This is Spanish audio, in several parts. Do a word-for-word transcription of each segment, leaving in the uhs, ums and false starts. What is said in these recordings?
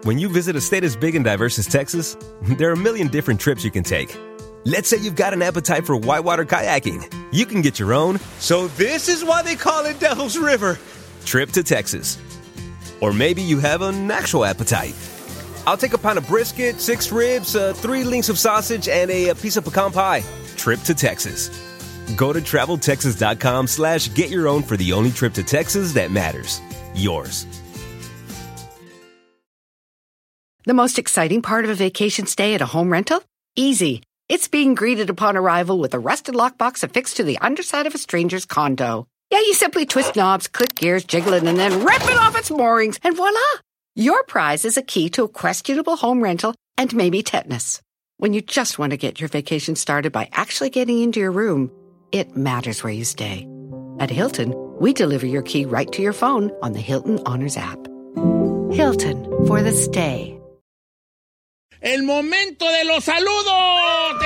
When you visit a state as big and diverse as Texas, there are a million different trips you can take. Let's say you've got an appetite for whitewater kayaking. You can get your own, so this is why they call it Devil's River, trip to Texas. Or maybe you have an actual appetite. I'll take a pound of brisket, six ribs, uh, three links of sausage, and a, a piece of pecan pie. Trip to Texas. Go to traveltexas.com slash get your own for the only trip to Texas that matters. Yours. The most exciting part of a vacation stay at a home rental? Easy. It's being greeted upon arrival with a rusted lockbox affixed to the underside of a stranger's condo. Yeah, you simply twist knobs, click gears, jiggle it, and then rip it off its moorings, and voila! Your prize is a key to a questionable home rental and maybe tetanus. When you just want to get your vacation started by actually getting into your room, it matters where you stay. At Hilton, we deliver your key right to your phone on the Hilton Honors app. Hilton, for the stay. ¡El momento de los saludos!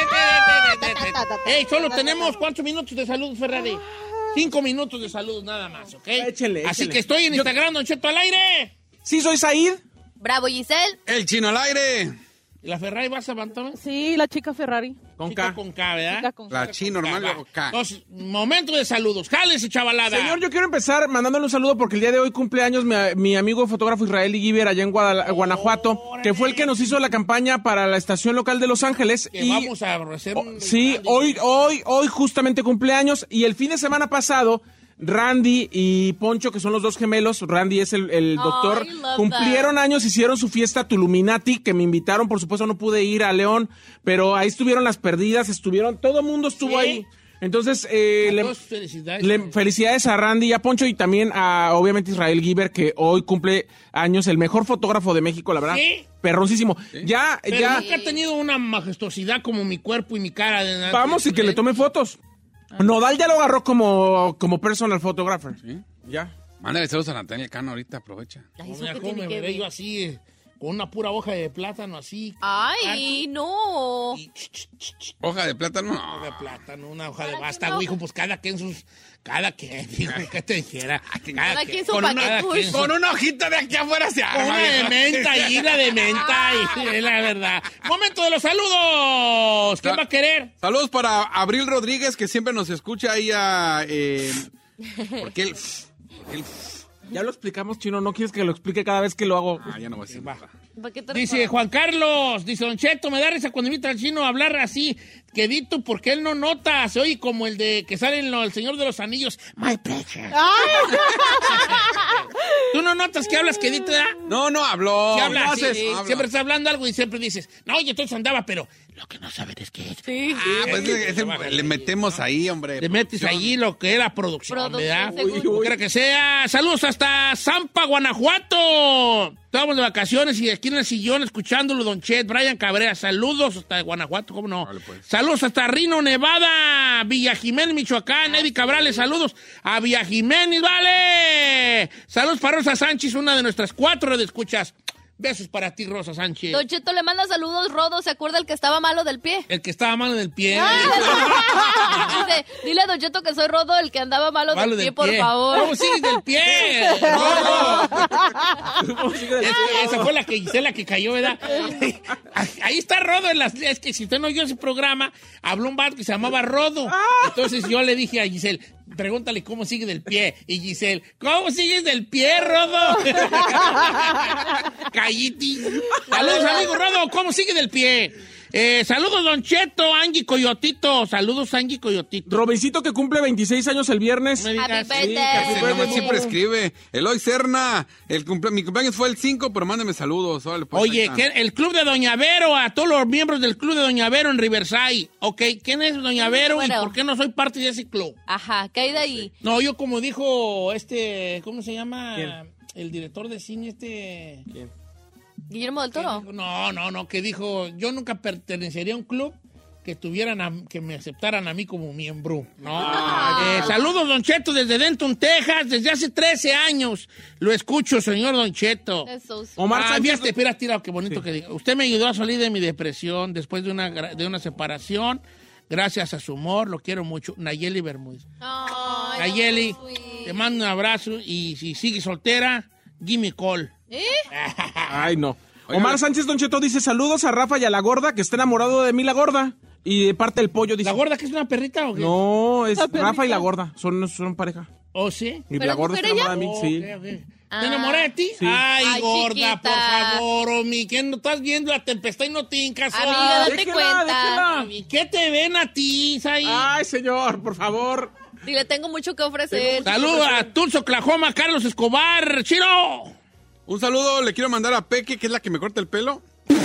¡Ey, solo tenemos cuántos minutos de saludos, Ferrari! Cinco minutos de saludos nada más, ¿ok? Échenle, Así échenle. que estoy en Instagram, Don Cheto al aire. Sí, soy Said. Bravo, Giselle. El Chino al aire. ¿Y la Ferrari vas a levantarme? Sí, la chica Ferrari. Con Chica K. con K, ¿verdad? Chica con La K. Chino normal Va. luego K. Entonces, momento de saludos. ¡Jálese, chavalada! Señor, yo quiero empezar mandándole un saludo porque el día de hoy cumpleaños mi, mi amigo fotógrafo Israel Giver allá en Guadal- Guanajuato, que fue el que nos hizo la campaña para la estación local de Los Ángeles. Que y vamos a hacer oh, un... sí, hoy, hoy, hoy justamente cumpleaños y el fin de semana pasado Randy y Poncho, que son los dos gemelos, Randy es el, el Oh, doctor, I love cumplieron that. años, hicieron su fiesta Tuluminati, que me invitaron, por supuesto no pude ir a León, pero ahí estuvieron las perdidas, estuvieron, todo el mundo estuvo ¿Sí? ahí. Entonces, eh, le, Dos felicidades. le- felicidades a Randy y a Poncho y también a, obviamente, Israel Giver, que hoy cumple años, el mejor fotógrafo de México, la verdad. ¿Sí? Perroncísimo. Ya, Pero ya, nunca ha tenido una majestuosidad como mi cuerpo y mi cara. De vamos y que le tome fotos. Nodal ya lo agarró como, como personal photographer. ¿Sí? Ya. Mándale saludos a Natalia Cano ahorita, aprovecha. Ay, ¿eso Mira qué cómo tiene me que veré ver? yo así, eh, con una pura hoja de plátano así. Ay, no. Y ch, ch, ch, ch, Hoja de plátano. hoja de plátano, una hoja de Cada basta, quien no. hijo, pues cada quien sus... Cada quien, digo, ¿qué te dijera? Cada quien su con una- cada paquetush. quien su- Con una hojita de aquí afuera se arma. Una de viejo. menta y una de menta, y es la verdad. Momento de los saludos. ¿Quién Sa- va a querer? Saludos para Abril Rodríguez, que siempre nos escucha ahí a... Eh, porque él... porque él- Ya lo explicamos, Chino. ¿No quieres que lo explique cada vez que lo hago? Ah, ya no voy a decir Va. nada. ¿Para qué te Dice recuerdas? Juan Carlos, dice Don Cheto, me da risa cuando invita al Chino a hablar así, quedito, porque él no nota, se oye como el de que sale en lo, El Señor de los Anillos. My precious. ¿Tú no notas que hablas quedito, verdad? No, no, habló. Que hablas, No sí, haces- sí. habla. Siempre estás hablando algo y siempre dices, no, oye, entonces andaba, pero lo que no saben es que es. Sí. Ah, pues Eh, ese- ese- le metemos ahí, hombre. Le metes producción. allí lo que es la producción, Producción, ¿verdad? seguro. Como quiera que sea. Saludos hasta Zampa, Guanajuato. Estábamos de vacaciones y aquí en el sillón escuchándolo, Don Chet, Brian Cabrera. Saludos hasta Guanajuato, ¿cómo no? Vale, pues. Saludos hasta Rino, Nevada, Villa Jiménez, Michoacán. Eddie Cabrales, saludos a Villa Jiménez, ¿vale? Saludos para Rosa Sánchez, una de nuestras cuatro redescuchas. Besos para ti, Rosa Sánchez. Don Cheto le manda saludos, Rodo. ¿Se acuerda el que estaba malo del pie? El que estaba malo del pie. Dice, dile a Don Cheto que soy Rodo, el que andaba malo, Malo del pie, del por pie. favor. ¿Cómo sigues del pie? Rodo? Es que esa fue la que Gisela que cayó, ¿verdad? Ahí está Rodo en las... Es que si usted no oyó ese programa, habló un vato que se llamaba Rodo. Entonces yo le dije a Giselle, pregúntale cómo sigue del pie. Y Giselle, ¿cómo sigues del pie, Rodo? Calliti. Saludos, amigo Rodo, ¿cómo sigue del pie? Eh, saludos, Don Cheto, Angie Coyotito. Saludos, Angie Coyotito. Robincito, que cumple veintiséis años el viernes. Me digas, Happy sí, birthday. Ese nomás siempre escribe. Eloy Serna. El cumple- mi cumpleaños fue el cinco, pero mándeme saludos. Órale, pues, ahí Oye, está. ¿qué- el club de Doña Vero, a todos los miembros del club de Doña Vero en Riverside. Ok, ¿quién es Doña Vero y Bueno. por qué no soy parte de ese club? Ajá, ¿qué hay de ahí? No, yo como dijo este, ¿cómo se llama? ¿Quién? El director de cine este... ¿Guillermo del que Toro? dijo- no, no, no, que dijo, yo nunca pertenecería a un club que tuvieran a- que me aceptaran a mí como miembro. No. Eh, saludos, Don Cheto, desde Denton, Texas, desde hace trece años. Lo escucho, señor Don Cheto. Eso sí. Omar Ah, Sánchez- fíjate, espera, tira, qué bonito que diga. Usted me ayudó a salir de mi depresión después de una, gra- de una separación. Gracias a su humor, lo quiero mucho. Nayeli Bermúdez. Ay, Nayeli, so sweet. te mando un abrazo y si sigue soltera, give me call. ¿Eh? Ay, no. Omar Sánchez Don Cheto dice, saludos a Rafa y a la gorda, que está enamorado de mí la gorda. Y de parte del pollo dice... ¿La gorda que es una perrita o qué? No, es Rafa y la gorda, son, son pareja. ¿Oh, sí? Y la gorda está enamorada de mí, sí. Okay, okay. ¿Te enamoré de ti? Sí. Ay, Ay, gorda, chiquita. por favor, Omi, ¿qué no estás viendo la tempestad y no te hincas? Amiga, date Déjela, cuenta. déjela. ¿Y qué te ven a ti, Sai? Ay, señor, por favor. Dile, tengo mucho que ofrecer. Saludos a Tulsa, Oklahoma, Carlos Escobar, Chiro. Un saludo le quiero mandar a Peque, que es la que me corta el pelo.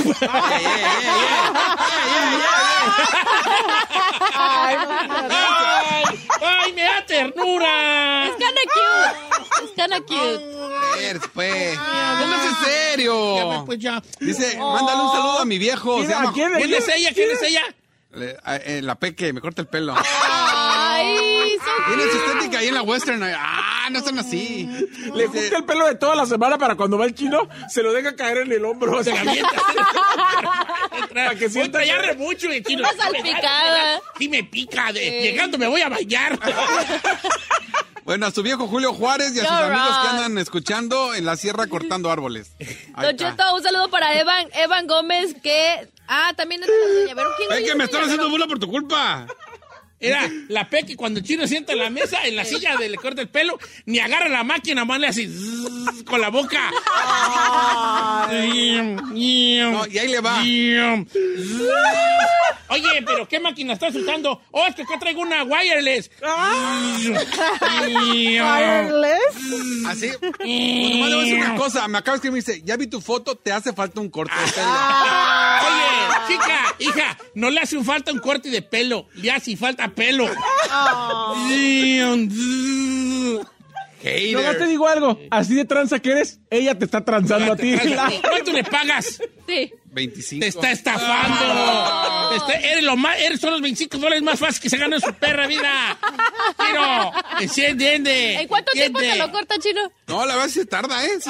Ay, ay, me da ternura. Es kinda cute. Es kinda cute. Ver, pues. Póngase serio. Ya, pues, ya. Dice, mándale un saludo a mi viejo. Se llama ¿Quién? ¿Quién es ella? ¿Quién es ella? Le- a- eh, la Peque, me corta el pelo. Ay, so Tiene su estética ahí en la western. Ah, no están así. Le Dice, junta el pelo de toda la semana para cuando va el chino, se lo deja caer en el hombro. Se la avienta. Para que sienta Otra, ya que- re mucho, el chino. Una salpicada. Sí me pica. De, Llegando me voy a bañar. bueno, a su viejo Julio Juárez y a sus You're amigos que wrong. andan escuchando en la sierra cortando árboles. Ahí Don está. Cheto, un saludo para Evan, Evan Gómez, que... Ah, también es de la Doña Vero. ¿Quién Peque, es me Doña están Vero? haciendo burla por tu culpa. Era la Peque cuando el chino sienta en la mesa, en la silla de le corta el pelo, ni agarra la máquina, más le hace zzzz con la boca. No, y ahí le va. Oye, pero ¿qué máquina estás usando? Oh, es que acá traigo una wireless. Así. Pues nomás le voy a decir una cosa. Me acaba de escribir y me dice, ya vi tu foto, te hace falta un corte de pelo. Oye, chica, hija, no le hace falta un corte de pelo, le hace falta pelo. Hater. No te digo algo, así de tranza que eres, ella te está transando a ti. ¿Cuánto le pagas? Sí. veinticinco. Te está estafando. Te está- eres lo más, eres son los veinticinco dólares más fáciles que se ganan en su perra vida. Pero, ¿sí entiende? ¿En cuánto tiempo te ¿Entiende? lo corta, chino? No, la verdad sí se tarda, ¿eh? Sí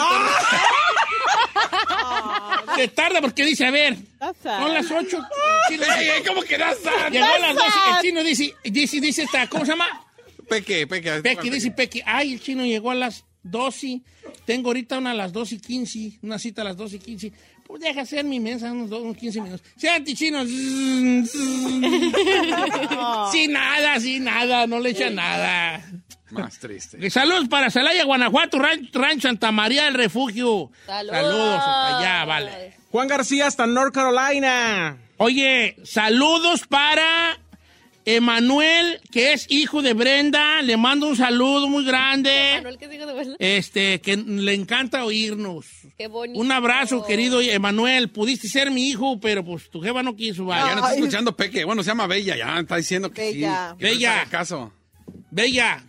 Se tarda porque dice, a ver, son las ocho. Chino, ¿cómo que das? Llegó a las dos. El chino dice, dice, dice esta, ¿cómo se llama? Peque, Peque. Peque, dice Peque. Ay, el chino llegó a las doce. Tengo ahorita una a las dos y quince. Una cita a las dos y quince. Pues deja hacer mi mensa unos, dos, unos quince minutos. Sí, antichino. Sin nada, sin nada. No le echa nada. Más triste. Saludos para Celaya, Guanajuato, Rancho, Rancho Santa María del Refugio. Saludos. Saludos hasta allá, vale. Juan García hasta North Carolina. Oye, saludos para Emanuel, que es hijo de Brenda. Le mando un saludo muy grande. Manuel, ¿qué digo de verdad? Este, que le encanta oírnos. Qué bonito. Un abrazo, querido Emanuel. Pudiste ser mi hijo, pero pues tu jefa no quiso, vaya. Ya no está escuchando Peque. Bueno, se llama Bella. Ya está diciendo que Bella. sí. Que no le Bella. haga caso. Bella.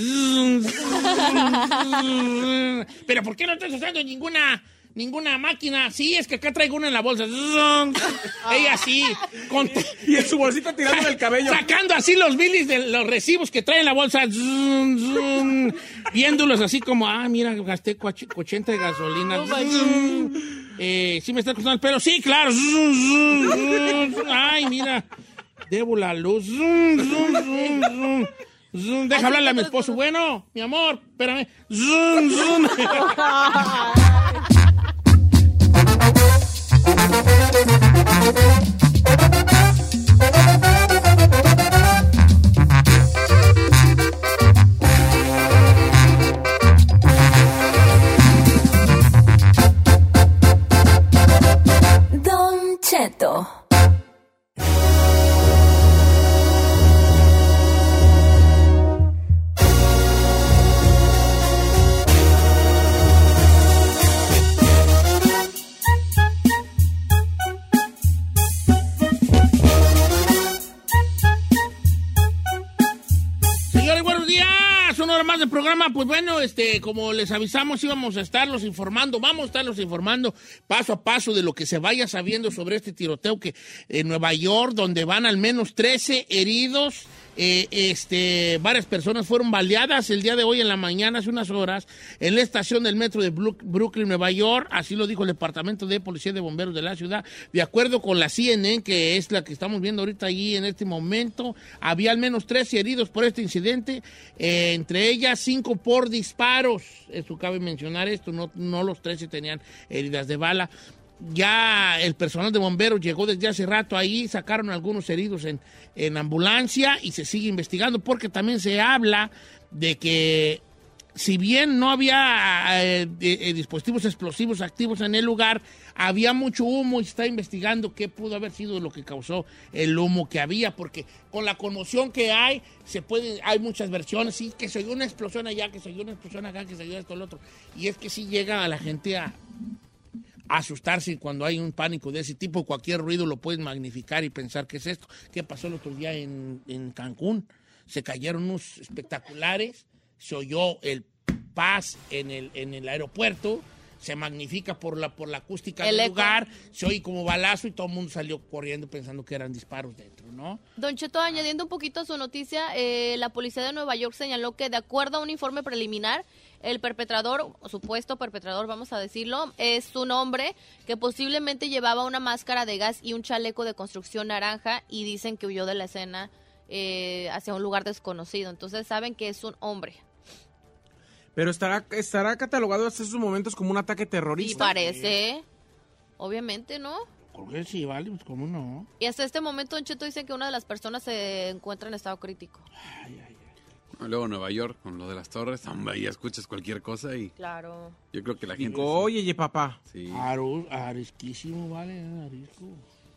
Pero ¿por qué no estás usando ninguna ninguna máquina? Sí, es que acá traigo una en la bolsa. Ella sí. Con- Y en su bolsita tirando el cabello. Sacando así los bilis de los recibos que trae en la bolsa. Viéndolos así como, ah, mira, gasté coch- ochenta de gasolina. Eh, ¿Sí me está costando el pelo? Sí, claro. Ay, mira. Debo la luz. Deja hablarle a mi esposo. Bueno, mi amor, espérame. Don Cheto. Señores, buenos días. Una hora más del programa. Pues bueno, este, como les avisamos, íbamos a estarlos informando. Vamos a estarlos informando paso a paso de lo que se vaya sabiendo sobre este tiroteo que en Nueva York, donde van al menos trece heridos. Eh, este, varias personas fueron baleadas el día de hoy en la mañana, hace unas horas, en la estación del metro de Brook- Brooklyn, Nueva York. Así lo dijo el Departamento de Policía de Bomberos de la ciudad. De acuerdo con la C N N, que es la que estamos viendo ahorita allí en este momento, había al menos trece heridos por este incidente, eh, entre ellas cinco por disparos. Eso cabe mencionar esto, no, no los trece tenían heridas de bala. ya el personal de bomberos llegó desde hace rato ahí, sacaron algunos heridos en, en ambulancia y se sigue investigando porque también se habla de que si bien no había eh, eh, dispositivos explosivos activos en el lugar, había mucho humo y se está investigando qué pudo haber sido lo que causó el humo que había, porque con la conmoción que hay, se puede, hay muchas versiones, sí, que se oyó una explosión allá, que se oyó una explosión acá, que se oyó esto, lo otro, y es que sí llega a la gente a, a asustarse cuando hay un pánico de ese tipo, cualquier ruido lo pueden magnificar y pensar qué es esto, qué pasó el otro día en, en Cancún, se cayeron unos espectaculares, se oyó el paz en el, en el aeropuerto, se magnifica por la, por la acústica El del eco. lugar, se oye como balazo y todo el mundo salió corriendo pensando que eran disparos dentro, ¿no? Don Cheto, añadiendo un poquito a su noticia, eh, la policía de Nueva York señaló que de acuerdo a un informe preliminar, el perpetrador, o supuesto perpetrador, vamos a decirlo, es un hombre que posiblemente llevaba una máscara de gas y un chaleco de construcción naranja y dicen que huyó de la escena eh, hacia un lugar desconocido. Entonces saben que es un hombre. Pero estará, estará catalogado hasta esos momentos como un ataque Y terrorista. parece, obviamente, ¿no? Porque sí, vale, pues cómo no. Y hasta este momento, Don Cheto, dice que una de las personas se encuentra en estado crítico. Luego Nueva York, con lo de las torres, hombre, ya escuchas cualquier cosa y Claro. yo creo que la gente... Digo, oye, ye, papá. Sí. Aru, arisquísimo, vale, arisco.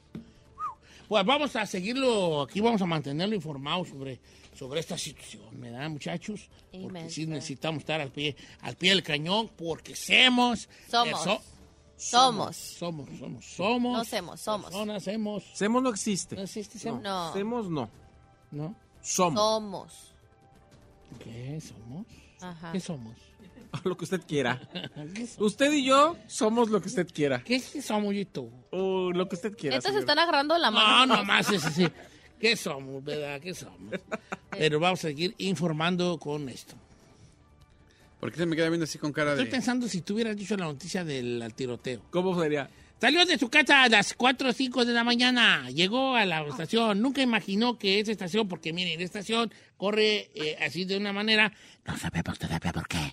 Pues vamos a seguirlo, aquí vamos a mantenerlo informado sobre, sobre esta situación, ¿verdad, muchachos? Amen, Porque sí sir. necesitamos estar al pie, al pie del cañón, porque somos... Somos. eh, so- Somos. Somos, somos, somos. No semos, somos. Personas, hemos. Semos no existe. ¿No existe semos? No. Semos no. ¿No? Somos. Somos. ¿Qué somos? Ajá. ¿Qué somos? Lo que usted quiera. ¿Qué, so- Usted y yo somos lo que usted quiera. ¿Qué somos y tú? O lo que usted quiera. Estos se señor. están agarrando de la No, mano. nomás es así. ¿Qué somos, verdad? ¿Qué somos? Pero vamos a seguir informando con esto. ¿Por qué se me queda viendo así con cara de...? Estoy pensando si tú hubieras dicho la noticia del tiroteo. ¿Cómo sería? Salió de su casa a las cuatro o cinco de la mañana. Llegó a la estación. Nunca imaginó que esa estación, porque miren, la estación corre eh, así de una manera. No sabemos todavía por qué.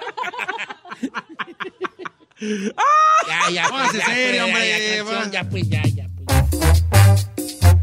ya, ya. Pues, Póngase ya, serio, pues, hombre, ya, ya, va. canción, ya, pues, ya, ya, pues.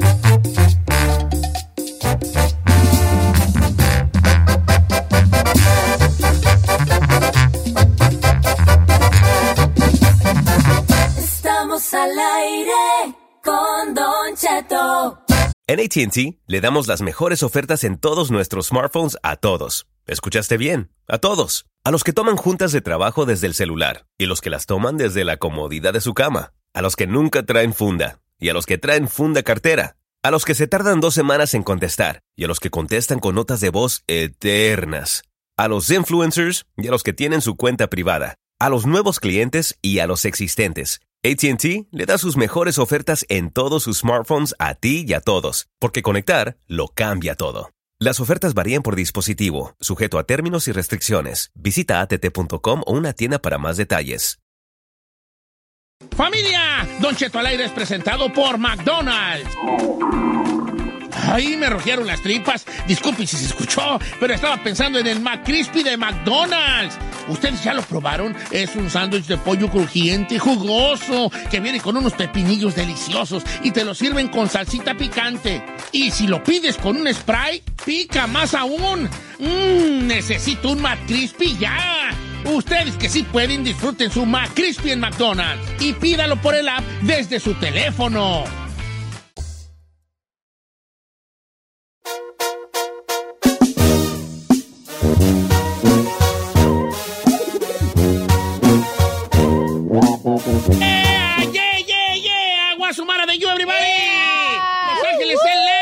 Estamos al aire con Don Cheto. En A T and T le damos las mejores ofertas en todos nuestros smartphones a todos. ¿Escuchaste bien? A todos. A los que toman juntas de trabajo desde el celular y los que las toman desde la comodidad de su cama. A los que nunca traen funda y a los que traen funda cartera. A los que se tardan dos semanas en contestar y a los que contestan con notas de voz eternas. A los influencers y a los que tienen su cuenta privada. A los nuevos clientes y a los existentes. A T and T le da sus mejores ofertas en todos sus smartphones a ti y a todos, porque conectar lo cambia todo. Las ofertas varían por dispositivo, sujeto a términos y restricciones. Visita a t t punto com o una tienda para más detalles. ¡Familia! Don Cheto al aire es presentado por McDonald's. Ay, me rogieron las tripas. Disculpe si se escuchó, pero estaba pensando en el McCrispy de McDonald's. ¿Ustedes ya lo probaron? Es un sándwich de pollo crujiente y jugoso que viene con unos pepinillos deliciosos y te lo sirven con salsita picante. Y si lo pides con un Sprite, pica más aún. Mmm, necesito un McCrispy ya. Ustedes que sí pueden, disfruten su McCrispy en McDonald's y pídalo por el app desde su teléfono. Yeah, yeah, yeah, yeah. Guasumara de you, everybody. Yeah. Los Ángeles,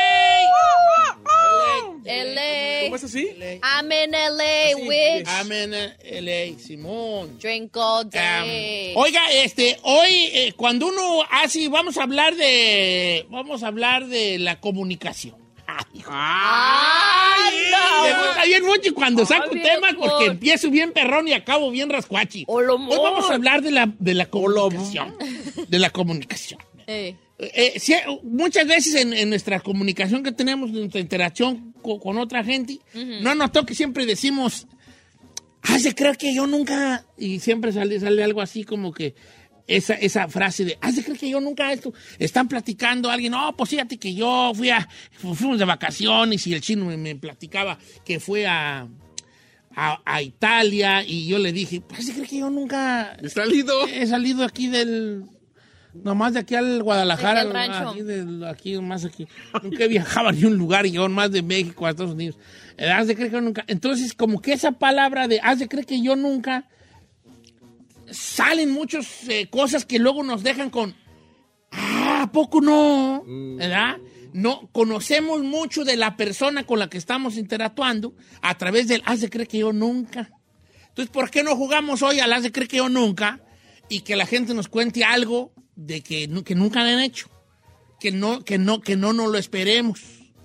L A. L A. ¿Cómo es así? I'm in L A, witch. Amén, L A, Simón. Drink all Um, day. oiga, este, hoy eh, cuando uno hace, vamos a hablar de, vamos a hablar de la comunicación. Ay, hijo. ¡Ay, no! Me gusta bien mucho cuando saco Ay, temas viejo. porque empiezo bien perrón y acabo bien rascuachi. Olomor. Hoy vamos a hablar de la, de la comunicación. De la comunicación. Eh, Eh, sí, muchas veces en, en nuestra comunicación que tenemos, en nuestra interacción con, con otra gente, no notó que siempre decimos, ay, se cree que yo nunca, y siempre sale, sale algo así como que, esa, esa frase de, haz de creer que yo nunca esto, están platicando alguien, no, pues fíjate que yo fui a, fuimos de vacaciones y el chino me, me platicaba que fue a, a, a Italia y yo le dije, pues haz de creer que yo nunca he salido, he salido aquí del, nomás de aquí al Guadalajara, Aquí al rancho. aquí, del, aquí más aquí, nunca he viajado a ni un lugar y yo más de México a Estados Unidos, eh, haz de creer que yo nunca, entonces como que esa palabra de haz de creer que yo nunca, salen muchas eh, cosas que luego nos dejan con, ah, ¿a poco no? ¿Verdad? No, conocemos mucho de la persona con la que estamos interactuando a través del haz de creer que yo nunca. Entonces, ¿por qué no jugamos hoy al haz de creer que yo nunca y que la gente nos cuente algo de que, que nunca han hecho? Que no, que no, que no nos lo esperemos.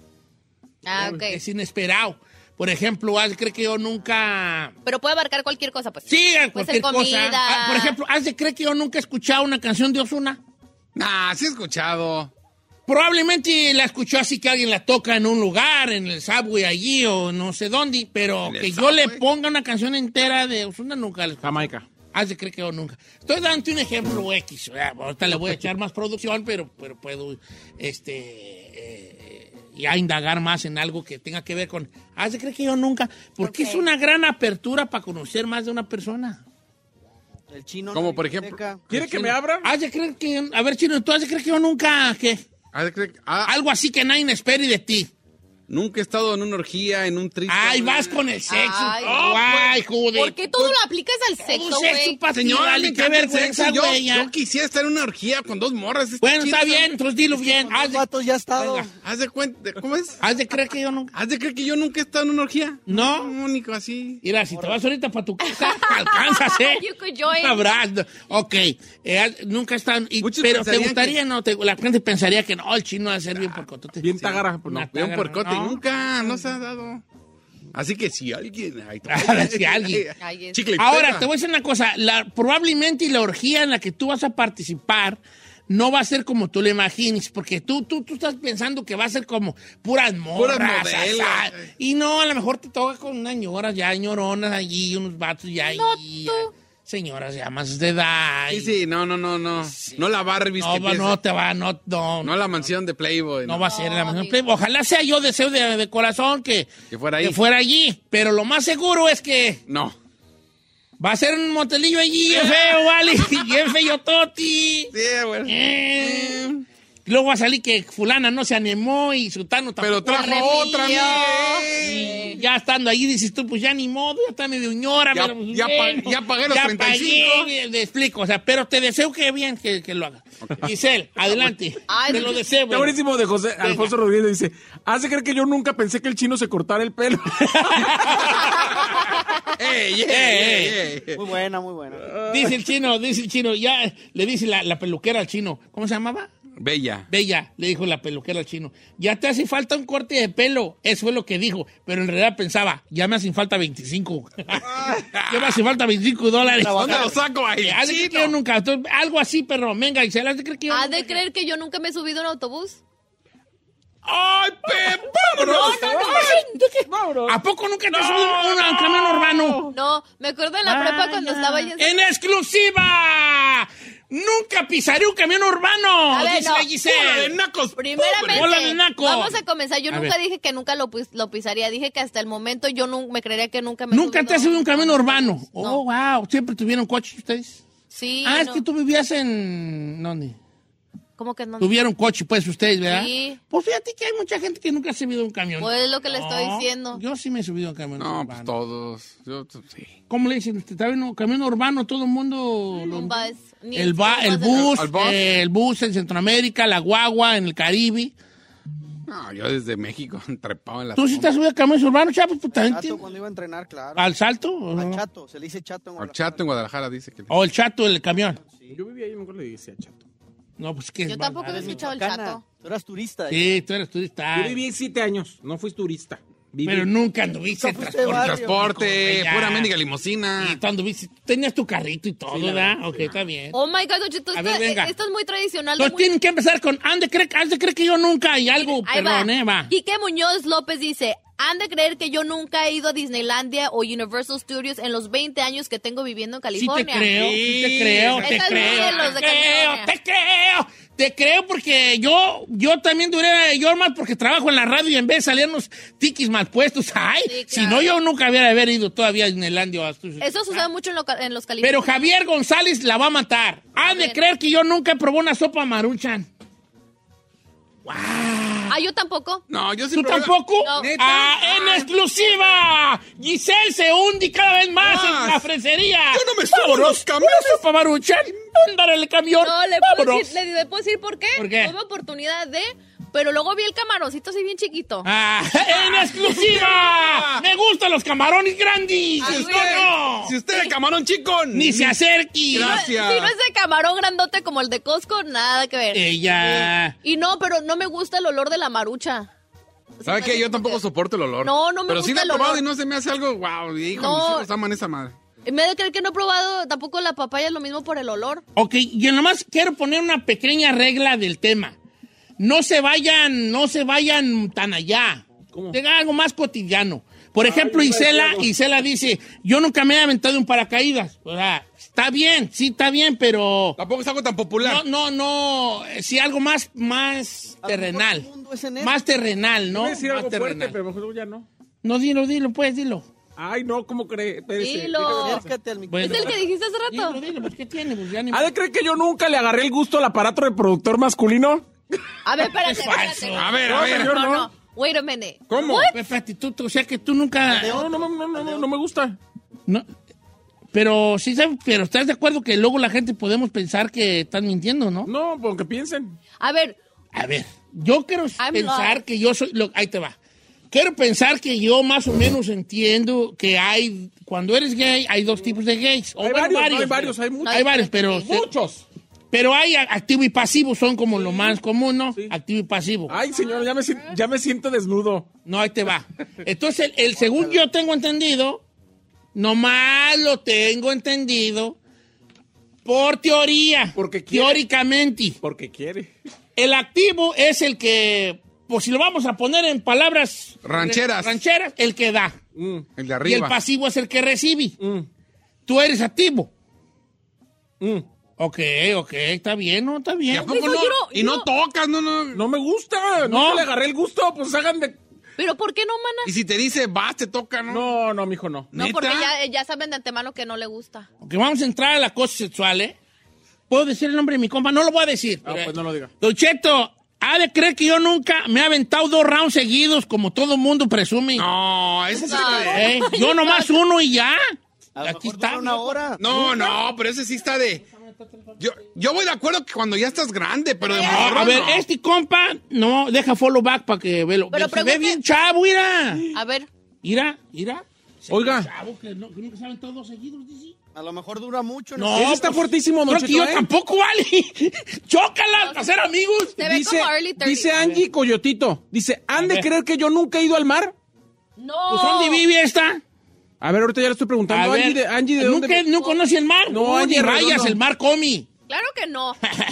Ah, ok. Es inesperado. Por ejemplo, haz de creer que yo nunca... Pero puede abarcar cualquier cosa, pues. Sí, puede cualquier ser comida. cosa. Ah, por ejemplo, haz de creer que yo nunca he escuchado una canción de Ozuna. Nah, sí he escuchado. Probablemente la escuchó así que alguien la toca en un lugar, en el subway allí o no sé dónde, pero que yo le ponga una canción entera de Ozuna nunca. Jamaica. Haz de creer que yo nunca. Estoy dando un ejemplo X. Ahorita le voy a echar más producción, pero, pero puedo este, eh, ya indagar más en algo que tenga que ver con... Haz de creer que yo nunca... Porque Ok. es una gran apertura para conocer más de una persona. El chino. Como la por biblioteca. ejemplo. ¿Quiere que me abra? Haz de creer que... A ver, Chino, ¿tú has de creer que yo nunca... ¿Qué? Haz de creer- ah, Algo así que nadie espere de ti. nunca he estado en una orgía, en un triste. Ay, vas con el sexo. Ay, Oh, ay, joder. ¿Por qué todo lo aplicas al sexo, Un sexo güey? para ti, Señor, vale, me qué encanta el vergüenza, sexo. Yo, güey. ya. yo quisiera estar en una orgía con dos morras. Bueno, chido. está bien, entonces dilo bien. Haz Los de, vatos ya ha estado. Venga. Haz de cuenta, ¿cómo es? haz de creer que yo nunca... ¿Haz de creer que yo nunca he estado en una orgía? No. Único así. Mira, si te vas ahorita para tu casa, te alcanzas, ¿eh? You could join. Un abrazo. Ok. Eh, haz- nunca están... y- Muchos pero te pensarían gustaría, que- no, te- la gente pensaría que no, el chino va a ser bien porcotote. Bien tagara, pues no. Una Veo un tágara, porcote. ¿no? Nunca, no se ha dado. Así que si alguien... Ay, Ahora, si alguien. Ay, es- Chicle y Ahora, pega. te voy a decir una cosa. La, probablemente la orgía en la que tú vas a participar no va a ser como tú le imagines, porque tú, tú, tú estás pensando que va a ser como puras morras. Puras modelos. asá. Y no, a lo mejor te toca con unas ñoras ya, ñoronas allí, unos vatos ya No, allí. tú. ya, señoras ya más de edad. Sí, sí, no, no, no, no. No la Barbie No, que va, piensa. no te va, no, no. No la mansión de Playboy. No No, va a ser en la mansión amigo. Playboy. Ojalá sea yo deseo de, de corazón que, Que fuera ahí. que fuera allí. Pero lo más seguro es que No. va a ser un motelillo allí, bien feo, vale. Bien feo, Toti. Sí, güey. Eh, Luego va a salir que fulana no se animó y sutano tampoco. Pero trajo Remilio. otra, Y ya estando ahí dices tú, pues ya ni modo, ya está medio ñora. Ya- pero, pues, ya bueno, pa- ya pagué los ya treinta y cinco. pagué, bien, te explico, o sea, pero te deseo que bien que, que lo haga. Giselle, adelante. Ay, te lo deseo. Está güey. buenísimo de José Alfonso Rodríguez. Dice, hace creer que yo nunca pensé que el chino se cortara el pelo. ¡Ey, ey, Eh, ey, ey! Muy buena, muy buena. Dice el chino, dice el chino, ya le dice la, la peluquera al chino, ¿cómo se llamaba? Bella. Bella, le dijo la peluquera al chino, ya te hace falta un corte de pelo. Eso fue lo que dijo, pero en realidad pensaba, ya me hacen falta veinticinco. Ya me hacen falta veinticinco dólares. ¿Dónde lo saco ahí? Eh, haz de creer que yo nunca, entonces, algo así, pero venga, y se las de creer que yo ¿Has de nunca- creer que yo nunca me he subido a un autobús? ¡Ay, pe! ¡Vámonos! ¡Vámonos! ¿A poco nunca te has subido a un camión urbano? No, me acuerdo en la prepa cuando Vaya. estaba ahí en... ¡En exclusiva! ¡Nunca pisaré un camión urbano! A ver, Dice no. la Giselle. ¡Bola de nacos! Primeramente, Bola de naco. vamos a comenzar. Yo A nunca ver. dije que nunca lo, pis- lo pisaría. Dije que hasta el momento yo no, me creería que nunca me he ¿Nunca te has subido a un camión urbano? No. Oh, wow. ¿Siempre tuvieron coche ustedes? Sí. ah, es no. que tú vivías en... ¿Dónde? ¿Cómo que no? Tuvieron coche, pues, ustedes, ¿verdad? Sí. Pues fíjate que hay mucha gente que nunca se ha subido a un camión. Pues es lo que le estoy No, diciendo. Yo sí me he subido a un camión No, urbano. pues todos. Yo, t- sí. ¿Cómo le dicen? ¿Está bien un camión urbano? Todo el mundo... lo- Un bus. Ni El, ba- siquiera el más de- bus, ¿El bus? eh, el bus en Centroamérica, la guagua en el Caribe. No, yo desde México, trepado en la... ¿Tú sí te has subido a camiones urbanos, chavos? Pues, también Chato tienes- cuando iba a entrenar, claro. ¿Al salto? ¿o no? Al chato, se le dice chato en Al Guadalajara. chato en Guadalajara dice que... ¿O el chato del camión? Yo vivía ahí, me acuerdo y decía chato. No, pues que es Yo tampoco he bárbaro. escuchado el Michoacana. chato. Tú eras turista. ¿eh? Sí, tú eres turista. Yo viví ahí siete años, no fui turista. Viví. Pero nunca anduviste en Nunca fuiste transporte. barrio. Transporte, Ya. pura mendiga limusina. Y tú anduviste, tú tenías tu carrito y todo, ¿verdad? Ok, está bien. Oh my God, Don Cheto, A esto, ver, venga. esto es muy tradicional. de Entonces muy- tienen que empezar con, han de creer, has de creer que yo nunca, y algo, Ahí perdón, eh, va. Quique Muñoz López dice, Han de creer que yo nunca he ido a Disneylandia o Universal Studios en los veinte años que tengo viviendo en Sí California. te creo, sí te creo, te Esa es creo, de los de te creo, California. te creo, te creo porque yo, yo también duré yo más porque trabajo en la radio y en vez de salirnos tiquis mal puestos, ay, Sí, si claro. no yo nunca hubiera haber ido todavía a Disneylandia o a Studios. Eso sucede mucho en, lo- en los Pero California. Javier González la va a matar. Han de ver. creer que yo nunca probé una sopa Maruchan. Ah, yo tampoco. No, yo sí ¿Tú probé- tampoco? No. ¿Neta? Ah, en exclusiva. Giselle se hunde cada vez más Más. en la fresería. Yo no me subo a Vámonos, los camiones. Una sopa Maruchan. Ándale el camión. No, le puedo, Vámonos. decir, le, le puedo decir por qué. ¿Por qué? Tuve oportunidad de... Pero luego vi el camaroncito así bien chiquito. Ah, en exclusiva. Me gustan los camarones grandes. Ah, ¿No, sí. no? Si usted es camarón chico, Ni se acerque. Gracias. Si no es de camarón grandote como el de Costco, nada que ver. Ella. Y no, pero no me gusta el olor de la marucha. ¿Sabe qué? Yo tampoco soporto el olor. No, no me Pero sí gusta lo he el probado olor. y no se me hace algo, wow, hijo, No. mis hijos aman esa madre. Me da de creer que no he probado tampoco la papaya, es lo mismo por el olor. Ok, yo nomás quiero poner una pequeña regla del tema. No se vayan, no se vayan tan allá. Tenga algo más cotidiano. Por ejemplo, Isela, Isela dice, yo nunca me he aventado un paracaídas. O sea, está bien, sí está bien, pero Tampoco es algo tan popular. no, no, no, eh, sí algo más, más terrenal. todo el mundo es en él. Más terrenal, ¿no? Voy a decir Más algo terrenal. fuerte, pero mejor ya no. No, dilo, dilo, pues, dilo. Ay, no, ¿cómo cree? Espérese. Dilo. Acércate al micrófono. Bueno, ¿Es el que dijiste hace rato? Dilo, dilo, pues, ¿qué tiene? Pues ya ni... ¿Ha de creer que yo nunca le agarré el gusto al aparato reproductor masculino? A ver, espérate, Es falso. espérate. A ver, a No, ver. señor, No, no. no. Wait a minute. ¿Cómo? What? Espérate, tú, tú, o sea que tú nunca... No, no, no, no, no, no, no me gusta. No, pero sí, sabes, pero estás de acuerdo que luego la gente podemos pensar que están mintiendo, ¿no? No, porque piensen. A ver, A ver, yo quiero I'm pensar lost. que yo soy... lo- ahí te va. Quiero pensar que yo más o menos entiendo que hay... Cuando eres gay, hay dos tipos de gays. O Hay bueno, varios, no, hay varios, hay muchos. Hay varios, pero... Muchos. Pero hay a- activo y pasivo, son como lo más común, ¿no? Activo y pasivo. Ay, señor, ya me, si- ya me siento desnudo. No, ahí te va. Entonces, el, el según yo tengo entendido, nomás lo tengo entendido por teoría. Porque quiere. teóricamente. Porque quiere. El activo es el que, pues si lo vamos a poner en palabras Rancheras. rancheras, el que da. Mm, El de Y el arriba. pasivo es el que recibe. mm, Tú eres activo. mm. Ok, ok, está bien, ¿no? Está ¿Y bien. a poco Digo, no? yo no- Y no yo- tocas, no, no. No me gusta. No. No le agarré el gusto, pues hagan de... ¿pero por qué no, mana? Y si te dice vas, te toca, ¿no? No, no, mijo, no. No, ¿Neta? porque ya, ya saben de antemano que no le gusta. Ok, vamos a entrar a la cosa sexual, ¿eh? ¿Puedo decir el nombre de mi compa? No lo voy a decir. Ah, pues no lo diga. Don Cheto, ¿ha de creer que yo nunca me he aventado dos rounds seguidos como todo mundo presume? No, ese sí. No. ¿Eh? Yo nomás uno y ya. A lo Aquí mejor está. dura una hora. No, no, pero ese sí está de. Yo, yo voy de acuerdo que cuando ya estás grande, pero de No, morro, a ver, no. este compa, no, deja follow back para que velo. Pero Se ve pregunte- bien chavo, mira. A ver, Mira, mira. Se Oiga. ve chavo que, no, que nunca saben todos dos seguidos, dice. A lo mejor dura mucho. No, Ese está fuertísimo, don creo que Cheto, yo ¿eh? tampoco, vale. Chócala para ser amigos. se ve Dice, como early thirties. dice Angie Coyotito. Dice, ¿han A de ver. creer que yo nunca he ido al mar? No. Pues, ¿dónde vive esta? A ver, ahorita ya le estoy preguntando. A Angie, ver, de, Angie, ¿de ¿nunca, dónde? ¿No conoce el mar? No, Uy, Angie ni rayas, Redondo. el mar comi. Claro que no.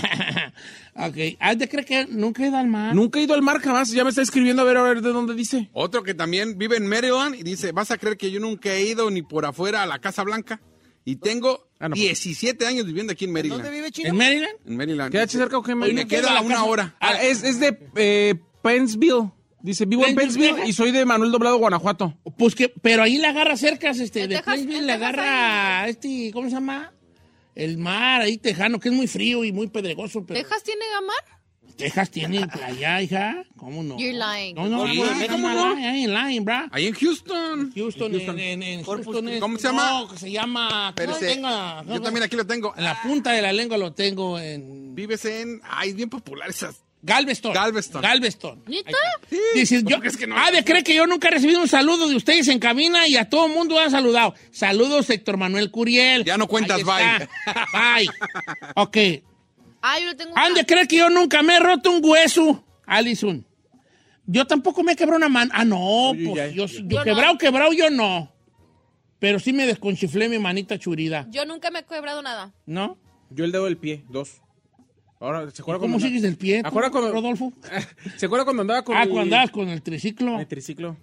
Ok, ¿has de creer que nunca he ido al mar? Nunca he ido al mar jamás. Ya me está escribiendo a ver, a ver de dónde dice. Otro que también vive en Maryland y dice, vas a creer que yo nunca he ido ni por afuera a la Casa Blanca. Y tengo Ah, no, pues. diecisiete años viviendo aquí en ¿Dónde Maryland. vive Chino? ¿En Maryland? En Maryland. ¿Queda cerca o qué? Y me queda a una hora. Ah, es, es de eh, Pennsville. Dice, vivo en Pennsville, Pennsville y soy de Manuel Doblado, Guanajuato. Pues que, pero ahí le agarra cerca, este, En de Texas- Plainville en le Texas agarra, este, ¿cómo se llama? El mar ahí tejano, que es muy frío y muy pedregoso. Pero ¿Texas tiene gamar? Texas tiene playa, hija. ¿Cómo no? You're lying. No, no, Sí, no, ¿cómo no? no? Ahí en Lying, bra. Ahí en Houston. Houston, en, en, en Houston es- ¿Cómo se llama? No, que se llama... que Espérese, lo tenga- yo también aquí lo tengo. En la punta de la lengua lo tengo en... Vives en... Ay, bien popular esas. Galveston. Galveston. Galveston. ¿Neta? Ahí está. Dices, yo, ¿Cómo crees que no? ah, de cree que yo nunca he recibido un saludo de ustedes en cabina y a todo el mundo han saludado. Saludos, Héctor Manuel Curiel. Ya no cuentas, Ahí está. Bye. Ok. Ah, yo le tengo Han una. de creer que yo nunca me he roto un hueso, Alison. Yo tampoco me he quebrado una mano. Ah, no, Oye, pues ya. yo, yo Yo quebrado, no. quebrado, yo no. Pero sí me desconchiflé mi manita churida, Yo nunca me he quebrado nada. ¿no? Yo el dedo del pie, dos. Ahora, ¿se acuerda ¿Cómo cuando sigues del pie, tú, ¿Acuerda cuando- Rodolfo? ¿Se acuerda cuando andaba con Ah, mi- cuando andabas con el triciclo. el triciclo?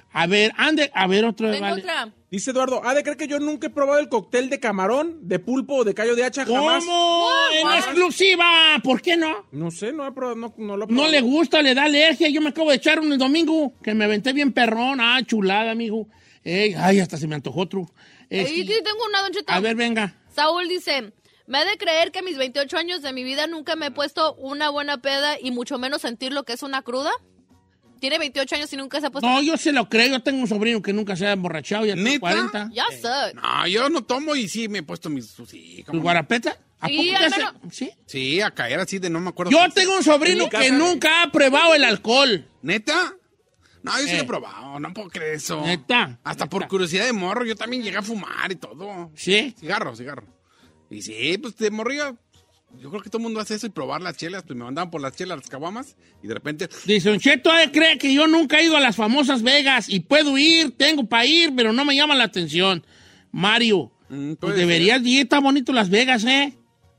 A ver, ande, a ver otro. Tengo vale. otra. Dice Eduardo, ¿ha de creer que yo nunca he probado el cóctel de camarón, de pulpo o de callo de hacha? Jamás. ¿Cómo? En exclusiva. ¿Por qué no? No sé, no, he probado, no, no lo he No probado. le gusta, le da alergia. Yo me acabo de echar un el domingo que me aventé bien perrón. Ah, chulada, amigo. Ey, ay, hasta se me antojó otro. Este, Ahí sí tengo una, Don Cheto. a ver, venga. Saúl dice, me ha de creer que mis veintiocho años de mi vida nunca me he puesto una buena peda y mucho menos sentir lo que es una cruda. Tiene veintiocho años y nunca se ha puesto... No, yo se lo creo. Yo tengo un sobrino que nunca se ha emborrachado. Ya tiene ¿Neta? cuarenta. Ya sé. No, yo no tomo y sí me he puesto mis... Sí, ¿Tu ¿cómo no? guarapeta? ¿A Sí, poco te al hace- menos- ¿Sí? Sí, a caer así de no me acuerdo. Yo cómo se- tengo un sobrino En mi que casa. nunca ha probado el alcohol. ¿Neta? No, yo sí Eh. lo he probado, no puedo creer eso. ¿Neta? Hasta ¿Neta? por curiosidad de morro, yo también llegué a fumar y todo. ¿Sí? Cigarro, cigarro. Y sí, pues de morrillo, yo creo que todo el mundo hace eso y probar las chelas, pues me mandaban por las chelas, las caguamas, y de repente... Dice, Don Cheto, eh, cree que yo nunca he ido a las famosas Vegas y puedo ir, tengo para ir, pero no me llama la atención. Mario, Mm, pues puede deberías ir, está bonito Las Vegas, ¿eh?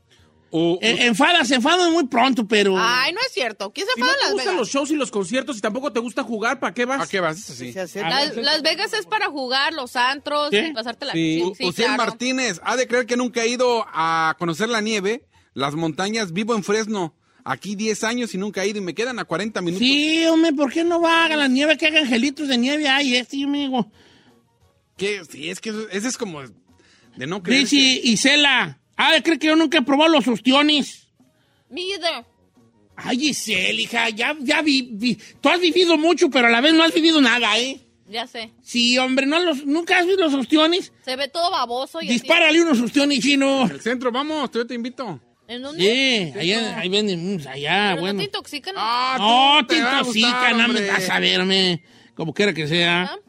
O, Eh, enfada, se enfada muy pronto, pero... Ay, no es cierto. ¿Quién se Si no enfada te en Las gustan Vegas? los shows y los conciertos y tampoco te gusta jugar, ¿para qué vas? ¿a qué vas? Eso sí. Se hace- A Las, ver, Las Vegas es para jugar, los antros, ¿Sí? y pasártela. Sí. Sí, sí, Uciel claro. Martínez, ha de creer que nunca he ido a conocer la nieve, las montañas, vivo en Fresno, aquí diez años y nunca he ido y me quedan a cuarenta minutos. Sí, hombre, ¿por qué no va a la nieve? Que haga angelitos de nieve. Ay, este, amigo. ¿Qué? Sí, es que eso- ese es como de no creer. Dice Isela, ah, cree que yo nunca he probado los ostiones. Neither. Ay, Giselle, hija, ya, ya vi, vi- tú has vivido mucho, pero a la vez no has vivido nada, ¿eh? Ya sé. Sí, hombre, ¿no los, ¿nunca has visto los ostiones? Se ve todo baboso y así. Dispárale unos ostiones, chino. El centro, vamos, yo te invito. ¿En dónde? Sí, allá, ahí venden unos, allá, Pero bueno. no te intoxican. Ah, No, tú te va a intoxican, gustar, nada más hombre. vas a verme, como quiera que sea. ¿Ah?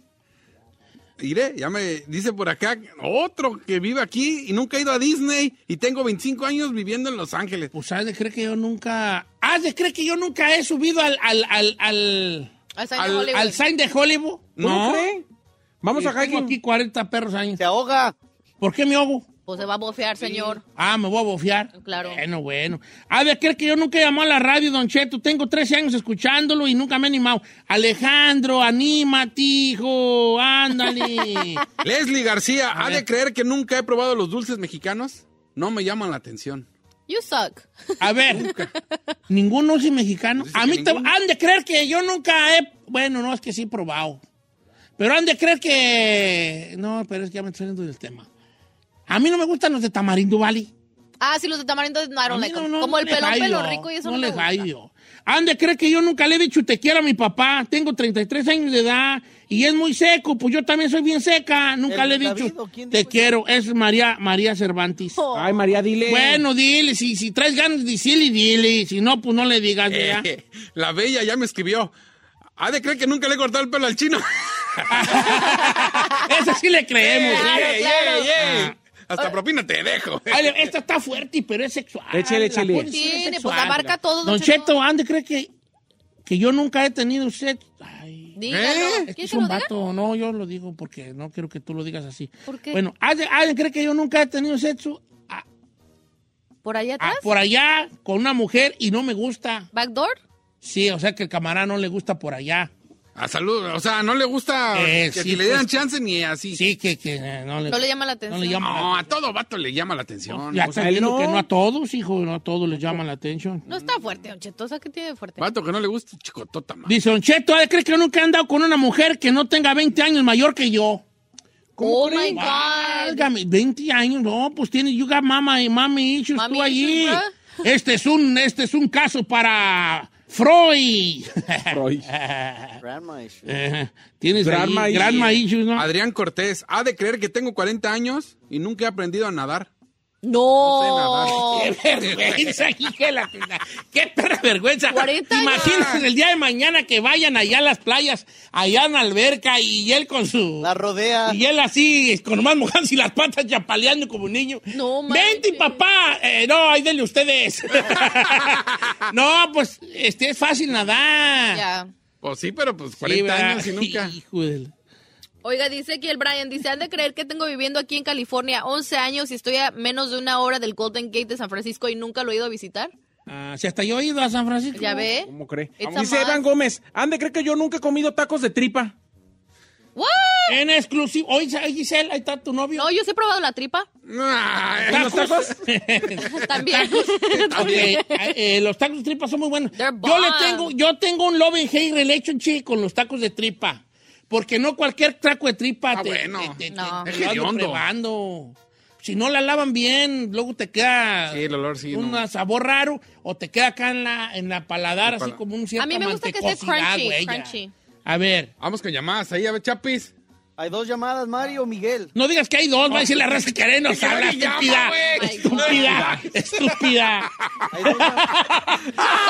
Iré, ya me dice por acá otro que vive aquí y nunca ha ido a Disney y tengo veinticinco años viviendo en Los Ángeles. Pues has de creer que yo nunca... Has de creer que yo nunca he subido al... al, al, al, Al Sign de Al- Hollywood. al sign de Hollywood. ¿Cómo No. cree? Vamos a Tengo hiking. aquí cuarenta perros años. Se ahoga. ¿Por qué me ahogo? Pues se va a bofear, señor. Ah, me voy a bofear. Claro. Bueno, bueno. A ver, ¿crees que yo nunca he llamado a la radio, Don Cheto? Tengo trece años escuchándolo y nunca me he animado. Alejandro, anímate, hijo. Ándale. Leslie García, A ¿ha ver. de creer que nunca he probado los dulces mexicanos? No me llaman la atención. You suck. A ver, ningún dulce mexicano. Dice A que mí te, ninguno. han de creer que yo nunca he... Bueno, no, es que sí he probado. Pero han de creer que... No, pero es que ya me estoy saliendo del tema. A mí no me gustan los de tamarindo, ¿vale? Ah, sí, los de tamarindo no, I A don't mí like no, them. no, Como no el le pelón hallo, pelo rico y eso no, no me le gusta. hallo. Ande, cree que yo nunca le he dicho te quiero a mi papá. Tengo treinta y tres años de edad y es muy seco. Pues yo también soy bien seca. Nunca ¿El le he David dicho o quién te dijo eso? quiero. Es María, María Cervantes. Oh. Ay, María, dile. Bueno, dile. Si, si traes ganas de decirle, dile. Si no, pues no le digas, ¿verdad? Eh, la bella ya me escribió. ¿Ha de creer que nunca le he cortado el pelo al chino? Eso sí le creemos. Claro, ¿eh? claro. Yeah. Hasta propina te dejo. Ay, le- esta está fuerte, pero es sexual. Échele, La échele. policía es Tiene, pues sexual. abarca todo, Don Don Cheto. Cheto, ande cree que, que yo nunca he tenido sexo. Ay. Dígalo. ¿Eh? Es que ¿Quieres es que un lo diga? vato, no, yo lo digo porque no quiero que tú lo digas así. ¿Por qué? Bueno, ¿alguien, alguien cree que yo nunca he tenido sexo ah, ¿Por allá ah, atrás? por allá con una mujer y no me gusta? ¿Backdoor? Sí, o sea que el camarada no le gusta por allá. A salud, o sea, no le gusta Eh, que sí, si le dieran pues. chance ni así. Sí, que, que eh, no, le, No le llama la atención. no le llama No, la a todo vato le llama la atención. Ya pues está a él viendo no. que no a todos, hijo, no a todos les llama la atención. No está fuerte, Don Cheto. O sea, ¿qué tiene de fuerte? Vato que no le gusta, chicotota, man. Dice Don Cheto, ¿eh, ¿crees que yo nunca he andado con una mujer que no tenga veinte años mayor que yo? Oh, my God. Válgame, veinte años, no, pues tienes, you got mama y mami issues Mami tú allí. issues, Este es un, este es un caso para Freud. Freud. Grandma issue. Eh, Tienes Grandma ahí, issues. grandma issues, ¿no? Adrián Cortés, ha de creer que tengo cuarenta años y nunca he aprendido a nadar. No. Qué vergüenza, hija de la chingada. Qué perra vergüenza. cuarenta años. Imagínense el día de mañana que vayan allá a las playas, allá en la alberca y él con su... La rodea. Y él así, con nomás mojándose las patas, chapaleando como un niño. No, manches. ¡Vente, papá! Eh, no, ahí denle ustedes. No, pues, este, es fácil nadar. Ya. Pues sí, pero pues Sí, cuarenta ¿verdad? años y nunca. Hijo de la- Oiga, dice aquí el Brian, dice, han de creer que tengo viviendo aquí en California once años y estoy a menos de una hora del Golden Gate de San Francisco y nunca lo he ido a visitar. Ah, si hasta yo he ido a San Francisco. ¿Ya ve? ¿Cómo cree? It's a Dice must. Evan Gómez, ¿ande cree que yo nunca he comido tacos de tripa? ¿What? En exclusivo. Oye, Giselle, ahí está tu novio. No, yo sí he probado la tripa. Ay, ¿Tacos? ¿los tacos? También. Ok, eh, eh, los tacos de tripa son muy buenos. They're Yo le bomb. tengo, yo tengo un love and hate relationship con los tacos de tripa. Porque no cualquier taco de tripa Ah, te, bueno. te, te, No. te- Es te lo ando hediondo. probando. Si no la lavan bien, luego te queda Sí, el olor sí, un no. sabor raro o te queda acá en la, en la paladar, El así pala- como un cierto A mí me gusta que esté crunchy, crunchy. A ver, Vamos con llamadas ahí, a ver, Chapis. Hay dos llamadas, Mario, Miguel. no digas que hay dos, va a decir la raza que haré, nos Que habla, nadie llama, estúpida, güey. estúpida, estúpida. Hay dos llamadas.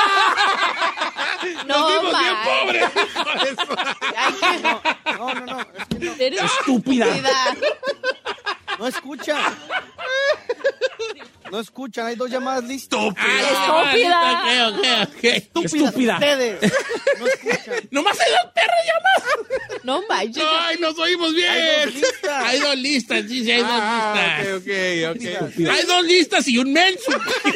No, Vimos bien ma. pobres, hijo de su- Ay, qué- No, no, no. Es que no, Eres Estúpida. no escuchan. No escuchan. Hay dos llamadas listas. Ah, Estúpida. ok, ok, ok. Estúpida. Ustedes. No escuchan. Nomás hay dos perros llamadas. No manches. Ay, nos oímos bien. Hay dos listas. Hay dos listas, sí, sí, hay dos Ah, listas. ok, ok, ok. Hay dos listas y un menso.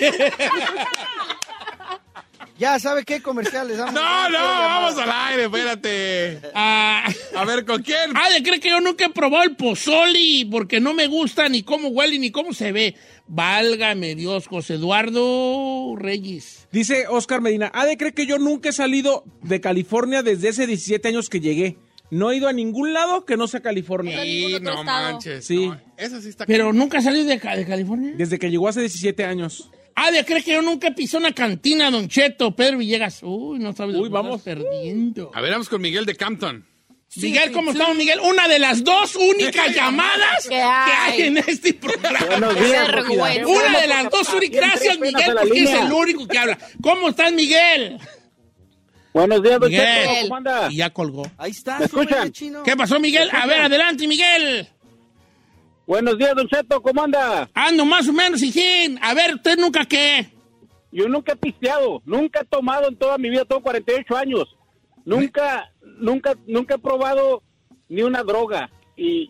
Ya, ¿sabe qué comerciales? Vamos, No, no, vamos. vamos al aire, espérate. Ah, A ver, ¿con quién? ah, de cree que yo nunca he probado el pozoli porque no me gusta ni cómo huele ni cómo se ve. Válgame Dios, José Eduardo Reyes. Dice Oscar Medina, Ade cree que yo nunca he salido de California desde hace diecisiete años que llegué. No he ido a ningún lado que no sea California. En ningún Sí, otro no estado. manches. Sí. no, Eso sí está... Pero nunca salió de, Ca- de California. Desde que llegó hace diecisiete años. Ah, de cree que yo nunca pisé una cantina, Don Cheto, Pedro Villegas. Uy, no sabes. Uy, lo que vamos. estás perdiendo. A ver, vamos con Miguel de Campton. Miguel, ¿cómo estamos, Miguel? Una de las dos únicas llamadas ¿Qué hay? que hay en este programa. Buenos Qué días, vergüenza. Una de las dos únicas. Gracias, Miguel, porque es el único que habla. ¿Cómo estás, Miguel? Buenos días, don Miguel. Cheto, ¿cómo anda? Y ya colgó. Ahí está. ¿Me súbele, escuchan? chino. ¿Qué pasó, Miguel? A ver, adelante, Miguel. Buenos días, don Cheto, ¿cómo anda? Ando más o menos, hijín. A ver, ¿usted nunca qué? Yo nunca he pisteado, nunca he tomado en toda mi vida, tengo cuarenta y ocho años. Nunca, nunca, nunca he probado ni una droga y,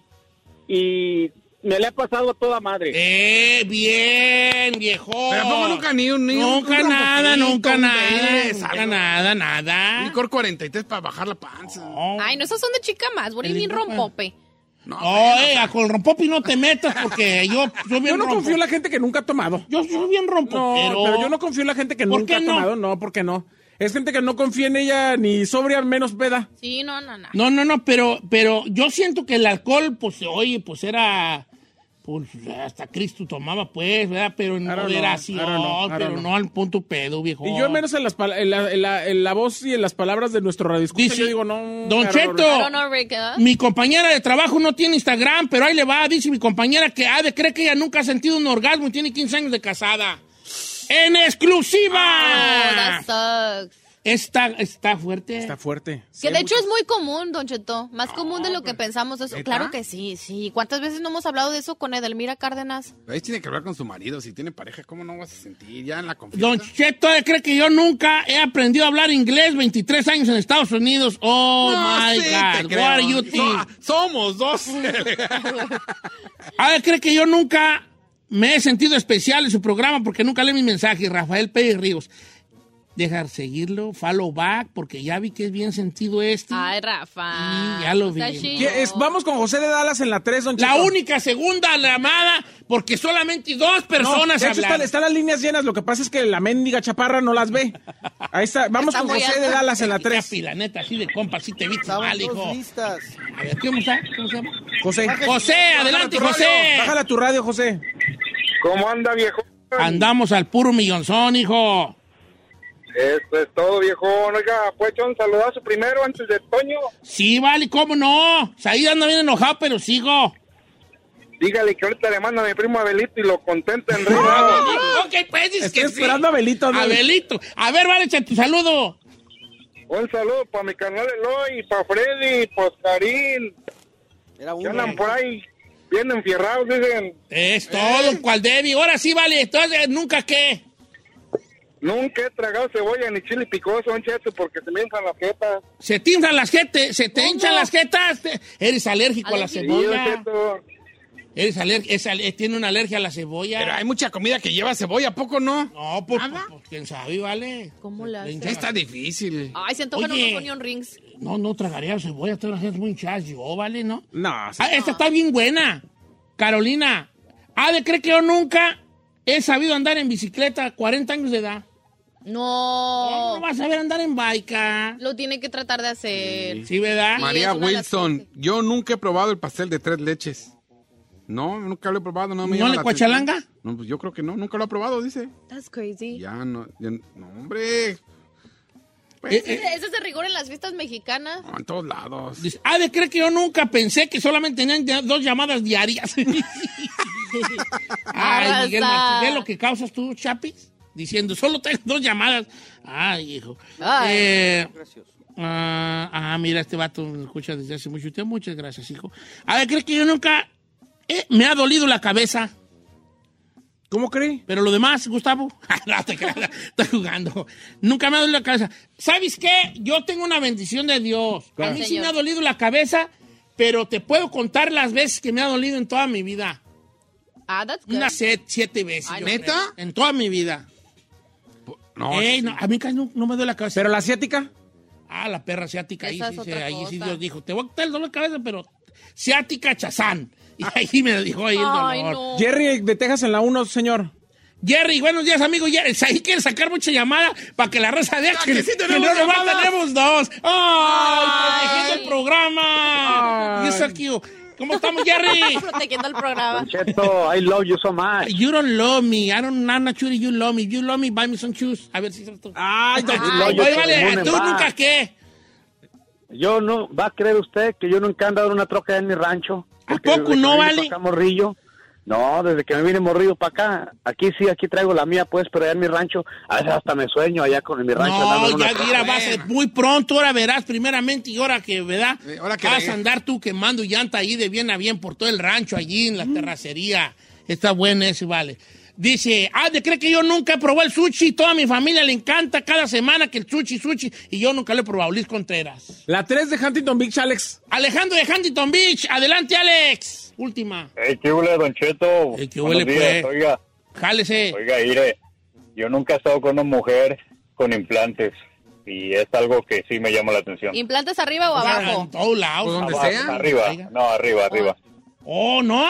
y me le ha pasado a toda madre. Eh, bien, viejo. Pero ¿a poco nunca ni un... Ni un- Nunca un nada, rompopito, nunca un nada. Baileys, Nunca algo? nada, nada. Licor cuarenta y tres para bajar la panza. No. Ay, no, esos son de chica más. What do you El mean licor- rompope? No, Oh, eh, con rompopi no te metas porque yo soy bien Yo no rompo. confío en la gente que nunca ha tomado. Yo soy bien rompo, No, pero... pero yo no confío en la gente que ¿Por nunca qué ha no? tomado. No, ¿por qué no? Es gente que no confía en ella ni sobria, menos peda. Sí, no, no, no. No, no, no, pero, pero yo siento que el alcohol, pues, oye, pues era... Pues hasta Cristo tomaba, pues, ¿verdad? Pero en Ahora no, moderación, ahora no, ahora pero no. no al punto pedo, viejo. Y yo menos en, las pala- en, la, en, la, en la voz y en las palabras de nuestro radioescucha, Dice, yo digo, no... Don error. Cheto, I don't know, Rick, ¿eh? mi compañera de trabajo no tiene Instagram, pero ahí le va, dice mi compañera que ha de cree que ella nunca ha sentido un orgasmo y tiene quince años de casada. ¡En exclusiva! Oh, that sucks. Está, está fuerte. Está fuerte. Que de hecho es muy común, Don Cheto. Más común de lo que pensamos eso. ¿Neta? Claro que sí, sí. ¿Cuántas veces no hemos hablado de eso con Edelmira Cárdenas? Ahí tiene que hablar con su marido. Si tiene pareja, ¿cómo no vas a sentir ya en la Don confianza? Cheto cree que yo nunca he aprendido a hablar inglés, veintitrés años en Estados Unidos. Oh, No, my sí, God. te creo. What are you So- think? somos dos. Ah, cree que yo nunca me he sentido especial en su programa porque nunca lee mis mensajes. Rafael Pérez Ríos. Dejar seguirlo, follow back, porque ya vi que es bien sentido este. Ay, Rafa. Sí, ya lo vi. O sea, sí, ¿Qué es? no. Vamos con José de Dallas en la tres, don Cheto. La única segunda llamada, porque solamente dos No, personas de hecho, hablaron. están, están las líneas llenas. Lo que pasa es que la mendiga chaparra no las ve. Ahí está. Vamos Está con muy José alta. de Dallas en la Esta tres. pila, neta, así de compa, así te viste Estamos mal, dos hijo. listas. A ver, ¿cómo está? ¿Cómo se llama? José. José, adelante, tu radio. José. Bájala tu radio, José. ¿Cómo anda, viejo? Andamos al puro millonzón, hijo. Esto es todo, viejo. Oiga, pues un saludazo primero antes de Toño. Sí, vale, ¿cómo no? Ahí anda bien enojado, pero sigo. Dígale que ahorita le manda a mi primo Abelito y lo contenta en río. Ok, pues dices Estoy que esperando sí. a Abelito, ¿no? Abelito. A ver, vale, echa tu saludo. Un saludo para mi carnal Eloy, para Freddy, para Oscarín. Era Que uno. andan por ahí bien enfierrados, dicen. Es todo, cual Debbie. Ahora sí, vale, entonces, ¿nunca qué? Nunca he tragado cebolla ni chile picoso, un cheto, porque se me inflan las jetas. Se te inflan las jetas, se te hinchan las jetas. Eres alérgico a la Alérgico. Sí, un cebolla. cheto. Eres aler- tiene una alergia a la cebolla. Pero hay mucha comida que lleva cebolla, ¿a poco no? No, pues, pues, pues, quién sabe, vale. ¿Cómo la Le hace? hinchan Está difícil. Ay, se antojan Oye. unos onion rings. No, no tragaría cebolla, todas las gente muy hinchadas. Yo, ¿vale? ¿No? No, sí. Ah, esta está bien buena. Carolina, ¿ha de creer que yo nunca he sabido andar en bicicleta a cuarenta años de edad? No. ¿Cómo no vas a saber andar en bike? Lo tiene que tratar de hacer. Sí, ¿verdad? Sí, María es una de las Wilson, cosas. yo nunca he probado el pastel de tres leches. No, nunca lo he probado. ¿No me ¿No llama le la cuachalanga? atención. No, pues yo creo que no, nunca lo ha probado, dice. That's crazy. Ya no, ya- no, hombre. Eh, Ese, eh, ese es de rigor en las fiestas mexicanas. No, en todos lados. dice, ¿ha de creer que yo nunca pensé que solamente tenían ya- dos llamadas diarias? Ay, Miguel Martínez, ¿ves lo que causas tú, Chapis? Diciendo, solo tengo dos llamadas. Ay, hijo. Ay. Eh, Gracioso. ah, ah, mira, este vato me escucha desde hace mucho tiempo. Muchas gracias, hijo. A ver, ¿crees que yo nunca eh, me ha dolido la cabeza? ¿Cómo cree? Pero lo demás, Gustavo, no te creas, estoy jugando. Nunca me ha dolido la cabeza. ¿Sabes qué? Yo tengo una bendición de Dios. A mí sí Señor. me ha dolido la cabeza, pero te puedo contar las veces que me ha dolido en toda mi vida. Ah, that's good. Unas siete, siete veces. Ay, yo ¿neta? creo, en toda mi vida. No, Ey, sí. no, a mí casi no, no me duele la cabeza. ¿Pero la asiática? Ah, la perra asiática. Ahí, Esa sí, es sí, otra ahí sí cosa. Dios dijo, te voy a quitar el dolor de cabeza, pero asiática chazán. Y ahí me dijo ahí el dolor. Ay, no. Jerry de Texas en la uno, señor. Jerry, buenos días, amigo Jerry. Ahí quiere sacar mucha llamada para que la raza vea que, que sí que tenemos no nomás llamadas. tenemos dos. ¡Ay! Ay. Protegiendo el programa. Ay. Y eso aquí. ¿Cómo estamos, Jerry? Protegiendo el programa. Cheto, I love you so much. You don't love me. I don't, I'm not sure you love me. If you love me, buy me some shoes. A ver si es tú. Ay, don- Ay, Oye, yo vale, soy ¿tú un nunca embar. qué? Yo no, va a creer usted que yo nunca he andado en una troca en mi rancho. ¿A Porque poco desde que no, me vine vale? pa' acá, Morrillo. No, desde que me vine Morrillo para acá. Aquí sí, aquí traigo la mía, pues, pero allá en mi rancho, a veces hasta me sueño allá con mi rancho. andando en No, una ya troca. mira, vas a- muy pronto, ahora verás primeramente y ahora que, ¿verdad? Eh, ahora que vas la- a andar tú quemando llanta ahí de bien a bien por todo el rancho allí en la terracería. Está bueno ese, vale. Dice, ah, ¿de cree que yo nunca he probado el sushi? Toda mi familia le encanta cada semana que el sushi, sushi, y yo nunca lo he probado. Luis Contreras. La tres de Huntington Beach, Alex. Alejandro de Huntington Beach. Adelante, Alex. Última. Hey, ¿qué huele, Don Cheto? Hey, ¿qué Buenos huele, días. pues? Oiga, Jálese. oiga, mire, yo nunca he estado con una mujer con implantes y es algo que sí me llama la atención. ¿Implantes arriba o O sea, abajo? en todos lados. Pues donde Abajo, sea. arriba, Oiga. no, arriba, arriba. Oh, ¿no?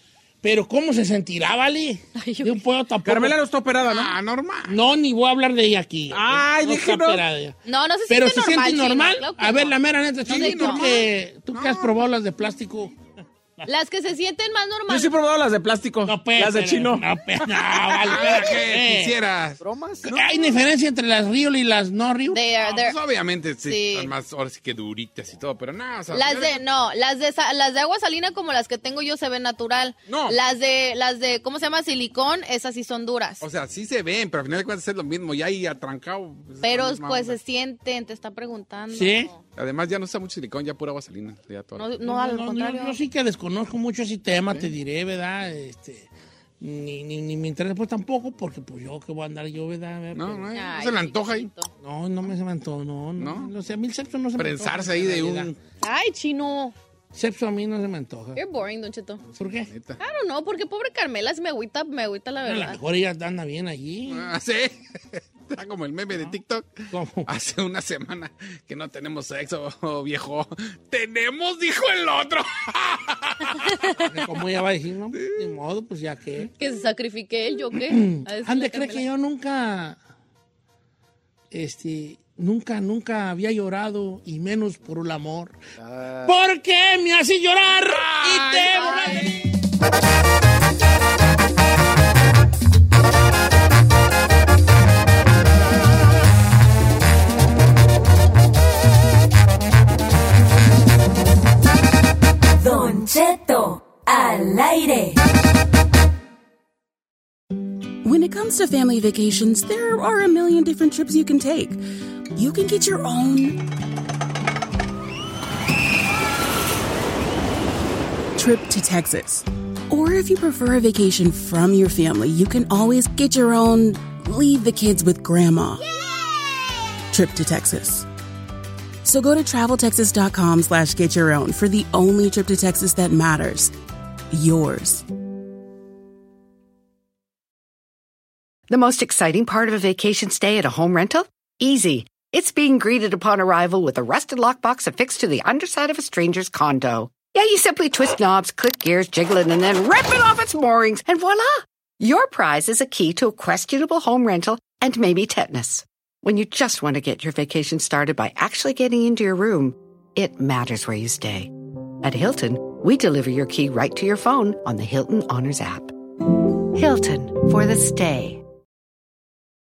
Pero ¿cómo se sentirá, vale? Ay, yo- De un pueblo tampoco. Carmela no está operada, ¿no? Ah, normal. No, ni voy a hablar de ella aquí. Ay, no dije está no. operada ella. No, no se Pero siente se normal. siente Chino, normal. claro que A ver, no. la mera neta, Chino, Sí, ¿tú, normal. que, tú que has probado las de plástico. Las que se sienten más Yo normales. sí he probado las de plástico. No, pues, las de pero- chino. No, pues, no, vale, ¿Para espérate, qué eh. quisieras? ¿Bromas? ¿Hay diferencia entre las Río y las no Río? They are- No, they're- pues obviamente sí, Sí. están más, ahora sí que duritas y todo, pero nada, o sea, Las de, no, las de, sa- las de agua salina como las que tengo yo se ven natural. No. Las de, las de, ¿cómo se llama? Silicón, esas sí son duras. o sea, sí se ven, pero al final de cuentas es lo mismo, ya ahí atrancado. pues, es Pero la misma pues onda. se sienten, te está preguntando. ¿Sí? Además ya no usa mucho silicón, ya pura vaselina. Ya todo. No, no, al no, contrario. Yo, yo sí que desconozco mucho ese tema, te diré, ¿verdad? Este, ni, ni, ni me interesa pues tampoco, porque pues yo que voy a andar yo, ¿verdad? A ver, No, pero- no, no Ay, se le antoja ahí. chiquito. no, no me se me antoja, no, no. ¿No? O sea, a mí el sexo no se me antoja. Prensarse ahí de en un... realidad. Ay, chino. Sexo a mí no se me antoja. You're boring, Don Cheto. ¿Por qué? Neta. I don't know, porque pobre Carmela si me agüita, me agüita la A lo verdad. mejor ella anda bien allí. Ah, sí. Está como el meme de TikTok. ¿Cómo? Hace una semana que no tenemos sexo, oh, viejo. ¡Tenemos! Dijo el otro. Como ella va a decir, no, de modo, pues ya que. Que se sacrifique él, ¿yo qué? A decirle Ande, a cree que Carmela. yo nunca, este, nunca, nunca había llorado y menos por el amor. Ah, ¿Por qué me hace llorar y te borré? Don Cheto al aire. When it comes to family vacations, there are a million different trips you can take. You can get your own trip to Texas. Or if you prefer a vacation from your family, you can always get your own leave the kids with grandma trip to Texas. So go to traveltexas.com slash get your own for the only trip to Texas that matters. Yours. The most exciting part of a vacation stay at a home rental? Easy. It's being greeted upon arrival with a rusted lockbox affixed to the underside of a stranger's condo. Yeah, you simply twist knobs, click gears, jiggle it, and then rip it off its moorings, and voila! Your prize is a key to a questionable home rental and maybe tetanus. When you just want to get your vacation started by actually getting into your room, it matters where you stay. At Hilton, we deliver your key right to your phone on the Hilton Honors app. Hilton for the stay.